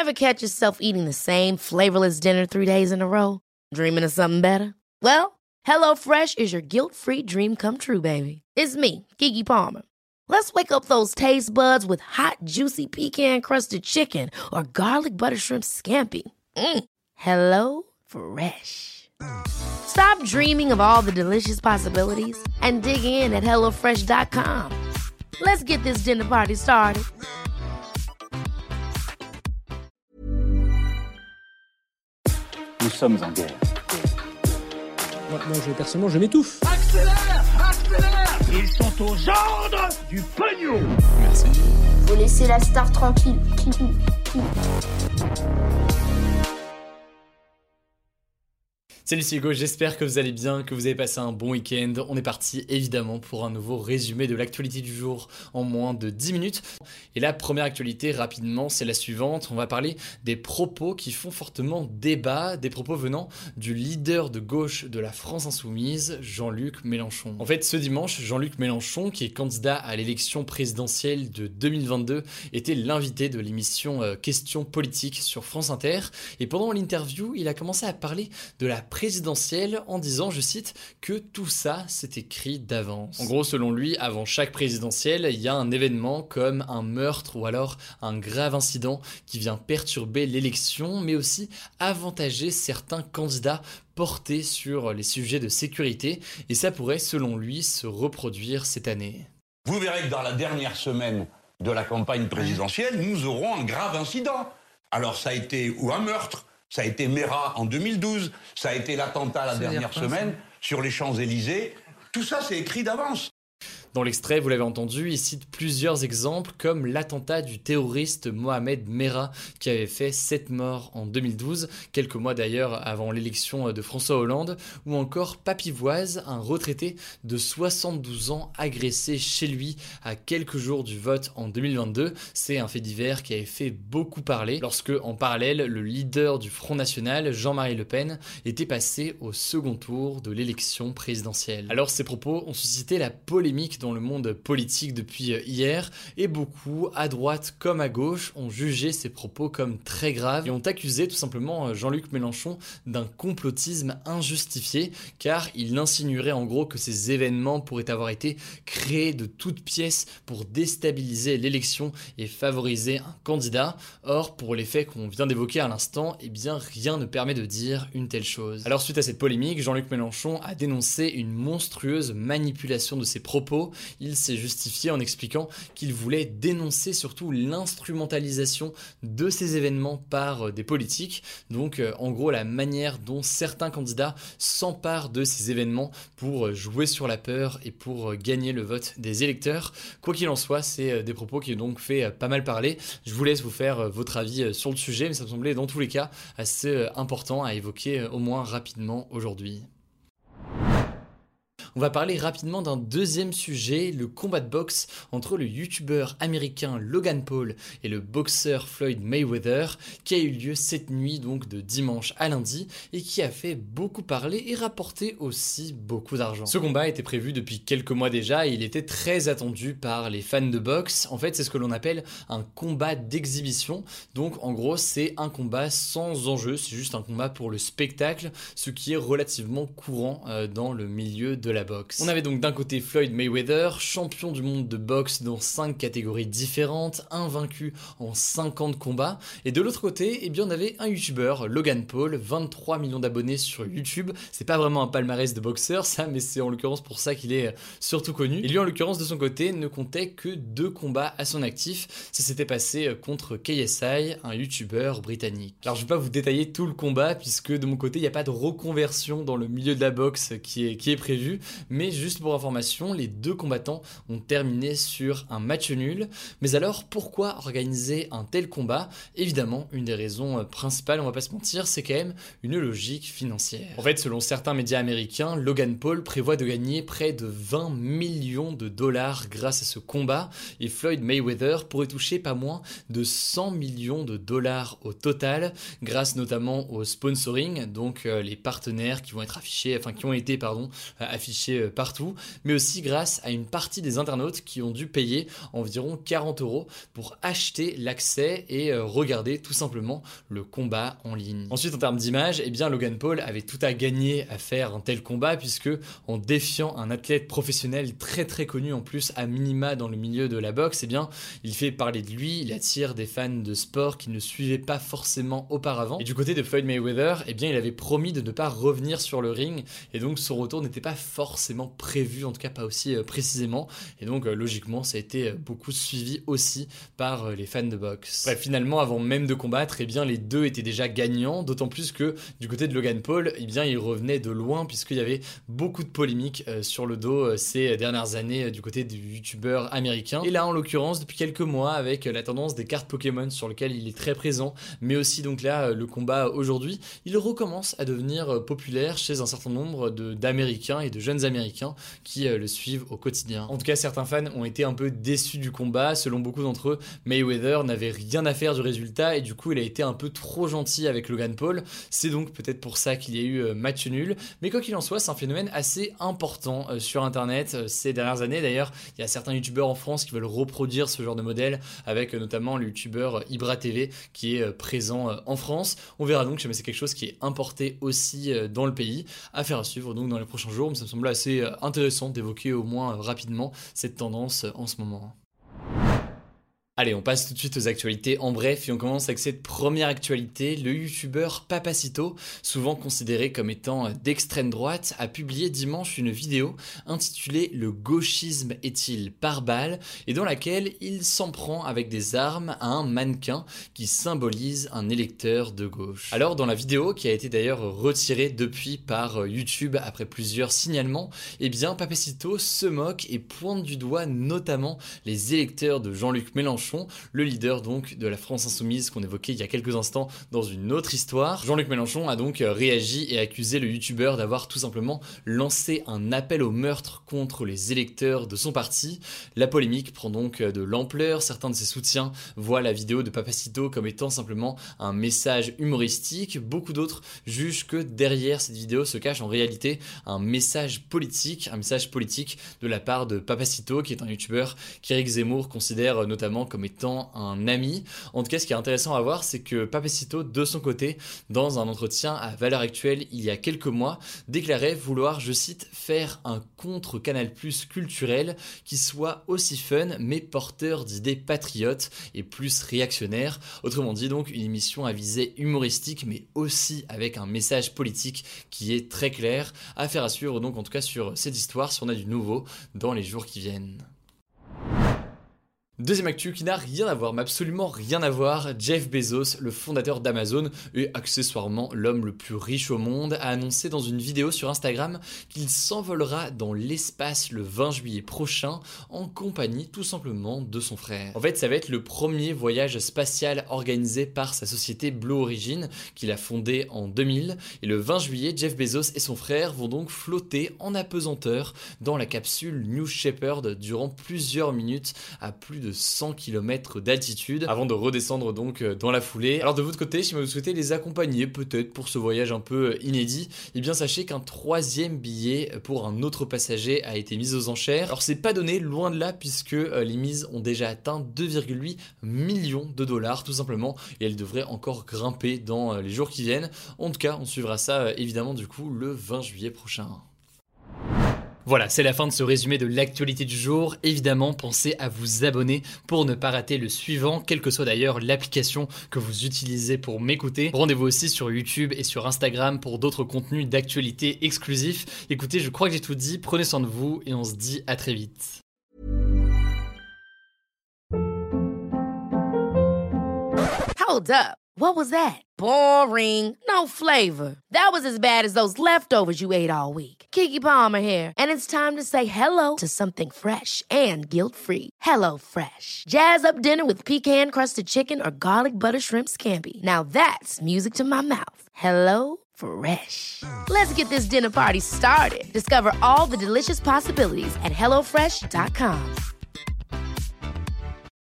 Ever catch yourself eating the same flavorless dinner 3 days in a row? Dreaming of something better? Well, HelloFresh is your guilt-free dream come true, baby. It's me, Keke Palmer. Let's wake up those taste buds with hot, juicy pecan-crusted chicken or garlic butter shrimp scampi. Hello Fresh. Stop dreaming of all the delicious possibilities and dig in at HelloFresh.com. Let's get this dinner party started. Nous sommes en guerre. Personnellement, je m'étouffe. Accélère, accélère. Ils sont aux ordres du pognon. Merci. Faut laisser la star tranquille. Salut, c'est Hugo, j'espère que vous allez bien, que vous avez passé un bon week-end. On est parti évidemment pour un nouveau résumé de l'actualité du jour en moins de 10 minutes. Et la première actualité rapidement, c'est la suivante. On va parler des propos qui font fortement débat, des propos venant du leader de gauche de la France Insoumise, Jean-Luc Mélenchon. En fait, ce dimanche, Jean-Luc Mélenchon, qui est candidat à l'élection présidentielle de 2022, était l'invité de l'émission Questions politiques sur France Inter. Et pendant l'interview, il a commencé à parler de la présidentielle en disant, je cite, que tout ça c'est écrit d'avance. En gros, selon lui, avant chaque présidentielle, il y a un événement comme un meurtre ou alors un grave incident qui vient perturber l'élection, mais aussi avantager certains candidats portés sur les sujets de sécurité, et ça pourrait, selon lui, se reproduire cette année. Vous verrez que dans la dernière semaine de la campagne présidentielle, nous aurons un grave incident. Alors ça a été ou un meurtre, ça a été Mera en 2012, ça a été l'attentat la dernière semaine sur les Champs-Élysées. Tout ça, c'est écrit d'avance. Dans l'extrait, vous l'avez entendu, il cite plusieurs exemples comme l'attentat du terroriste Mohamed Merah qui avait fait 7 morts en 2012, quelques mois d'ailleurs avant l'élection de François Hollande, ou encore Papivoise, un retraité de 72 ans agressé chez lui à quelques jours du vote en 2022. C'est un fait divers qui avait fait beaucoup parler lorsque, en parallèle, le leader du Front National, Jean-Marie Le Pen, était passé au second tour de l'élection présidentielle. Alors ces propos ont suscité la polémique dans le monde politique depuis hier, et beaucoup, à droite comme à gauche, ont jugé ces propos comme très graves et ont accusé tout simplement Jean-Luc Mélenchon d'un complotisme injustifié, car il insinuerait en gros que ces événements pourraient avoir été créés de toutes pièces pour déstabiliser l'élection et favoriser un candidat. Or, pour les faits qu'on vient d'évoquer à l'instant, eh bien rien ne permet de dire une telle chose. Alors suite à cette polémique, Jean-Luc Mélenchon a dénoncé une monstrueuse manipulation de ses propos. Il s'est justifié en expliquant qu'il voulait dénoncer surtout l'instrumentalisation de ces événements par des politiques. Donc en gros la manière dont certains candidats s'emparent de ces événements pour jouer sur la peur et pour gagner le vote des électeurs. Quoi qu'il en soit, c'est des propos qui ont donc fait pas mal parler. Je vous laisse vous faire votre avis sur le sujet, mais ça me semblait dans tous les cas assez important à évoquer au moins rapidement aujourd'hui. On va parler rapidement d'un deuxième sujet, le combat de boxe entre le youtubeur américain Logan Paul et le boxeur Floyd Mayweather, qui a eu lieu cette nuit, donc de dimanche à lundi, et qui a fait beaucoup parler et rapporté aussi beaucoup d'argent. Ce combat était prévu depuis quelques mois déjà et il était très attendu par les fans de boxe. En fait, c'est ce que l'on appelle un combat d'exhibition. Donc en gros, c'est un combat sans enjeu, c'est juste un combat pour le spectacle, ce qui est relativement courant dans le milieu de la boxe. On avait donc d'un côté Floyd Mayweather, champion du monde de boxe dans 5 catégories différentes, invaincu en 50 combats, et de l'autre côté, eh bien on avait un youtubeur, Logan Paul, 23 millions d'abonnés sur YouTube. C'est pas vraiment un palmarès de boxeur ça, mais c'est en l'occurrence pour ça qu'il est surtout connu. Et lui en l'occurrence de son côté ne comptait que 2 combats à son actif. Ça s'était passé contre KSI, un youtubeur britannique. Alors je vais pas vous détailler tout le combat puisque de mon côté il n'y a pas de reconversion dans le milieu de la boxe qui est prévu. Mais juste pour information, les 2 combattants ont terminé sur un match nul. Mais alors, pourquoi organiser un tel combat ? Évidemment, une des raisons principales, on va pas se mentir, c'est quand même une logique financière. En fait, selon certains médias américains, Logan Paul prévoit de gagner près de 20 millions de dollars grâce à ce combat, et Floyd Mayweather pourrait toucher pas moins de 100 millions de dollars au total, grâce notamment au sponsoring, donc les partenaires qui vont être affichés, qui ont été affichés affiché partout, mais aussi grâce à une partie des internautes qui ont dû payer environ 40 € pour acheter l'accès et regarder tout simplement le combat en ligne. Ensuite, en termes d'image, eh bien Logan Paul avait tout à gagner à faire un tel combat puisque en défiant un athlète professionnel très très connu en plus à minima dans le milieu de la boxe, eh bien il fait parler de lui, il attire des fans de sport qui ne suivaient pas forcément auparavant. Et du côté de Floyd Mayweather, eh bien il avait promis de ne pas revenir sur le ring et donc son retour n'était pas forcément prévu, en tout cas pas aussi précisément, et donc logiquement ça a été beaucoup suivi aussi par les fans de boxe. Bref, finalement avant même de combattre, eh bien les deux étaient déjà gagnants, d'autant plus que du côté de Logan Paul, eh bien il revenait de loin puisqu'il y avait beaucoup de polémiques sur le dos ces dernières années du côté du youtubeur américain. Et là en l'occurrence depuis quelques mois avec la tendance des cartes Pokémon sur lequel il est très présent, mais aussi donc là le combat aujourd'hui, il recommence à devenir populaire chez un certain nombre d'Américains et de jeunes Américains qui le suivent au quotidien. En tout cas certains fans ont été un peu déçus du combat, selon beaucoup d'entre eux, Mayweather n'avait rien à faire du résultat et du coup il a été un peu trop gentil avec Logan Paul, c'est donc peut-être pour ça qu'il y a eu match nul, mais quoi qu'il en soit c'est un phénomène assez important sur internet ces dernières années. D'ailleurs il y a certains youtubeurs en France qui veulent reproduire ce genre de modèle avec notamment le youtubeur Ibra TV qui est présent en France. On verra donc si c'est quelque chose qui est importé aussi dans le pays, affaire à suivre donc dans les prochains jours, mais ça me semble assez intéressant d'évoquer au moins rapidement cette tendance en ce moment. Allez, on passe tout de suite aux actualités en bref et on commence avec cette première actualité. Le youtubeur Papacito, souvent considéré comme étant d'extrême droite, a publié dimanche une vidéo intitulée « Le gauchisme est-il par balle ?» et dans laquelle il s'en prend avec des armes à un mannequin qui symbolise un électeur de gauche. Alors dans la vidéo, qui a été d'ailleurs retirée depuis par YouTube après plusieurs signalements, eh bien Papacito se moque et pointe du doigt notamment les électeurs de Jean-Luc Mélenchon, le leader donc de la France Insoumise qu'on évoquait il y a quelques instants dans une autre histoire. Jean-Luc Mélenchon a donc réagi et accusé le youtubeur d'avoir tout simplement lancé un appel au meurtre contre les électeurs de son parti. La polémique prend donc de l'ampleur, certains de ses soutiens voient la vidéo de Papacito comme étant simplement un message humoristique, beaucoup d'autres jugent que derrière cette vidéo se cache en réalité un message politique de la part de Papacito qui est un youtubeur qu'Éric Zemmour considère notamment comme étant un ami. En tout cas, ce qui est intéressant à voir, c'est que Papacito, de son côté, dans un entretien à Valeurs Actuelles il y a quelques mois, déclarait vouloir, je cite, faire un contre Canal+ culturel qui soit aussi fun mais porteur d'idées patriotes et plus réactionnaires. Autrement dit donc une émission à visée humoristique mais aussi avec un message politique qui est très clair. Affaire à suivre donc en tout cas sur cette histoire si on a du nouveau dans les jours qui viennent. Deuxième actu qui n'a rien à voir, mais absolument rien à voir, Jeff Bezos, le fondateur d'Amazon et accessoirement l'homme le plus riche au monde, a annoncé dans une vidéo sur Instagram qu'il s'envolera dans l'espace le 20 juillet prochain en compagnie tout simplement de son frère. En fait, ça va être le premier voyage spatial organisé par sa société Blue Origin qu'il a fondée en 2000 et le 20 juillet, Jeff Bezos et son frère vont donc flotter en apesanteur dans la capsule New Shepard durant plusieurs minutes à plus de 100 km d'altitude avant de redescendre donc dans la foulée. Alors de votre côté, si vous souhaitez les accompagner peut-être pour ce voyage un peu inédit, eh bien sachez qu'un troisième billet pour un autre passager a été mis aux enchères. Alors c'est pas donné, loin de là, puisque les mises ont déjà atteint 2,8 millions de dollars tout simplement et elles devraient encore grimper dans les jours qui viennent. En tout cas, on suivra ça évidemment du coup le 20 juillet prochain. Voilà, c'est la fin de ce résumé de l'actualité du jour. Évidemment, pensez à vous abonner pour ne pas rater le suivant, quelle que soit d'ailleurs l'application que vous utilisez pour m'écouter. Rendez-vous aussi sur YouTube et sur Instagram pour d'autres contenus d'actualité exclusifs. Écoutez, je crois que j'ai tout dit, prenez soin de vous et on se dit à très vite. Hold up. What was that? Boring. No flavor. That was as bad as those leftovers you ate all week. Keke Palmer here, and it's time to say hello to something fresh and guilt-free. Hello Fresh. Jazz up dinner with pecan-crusted chicken or garlic butter shrimp scampi. Now that's music to my mouth. Hello Fresh. Let's get this dinner party started. Discover all the delicious possibilities at HelloFresh.com.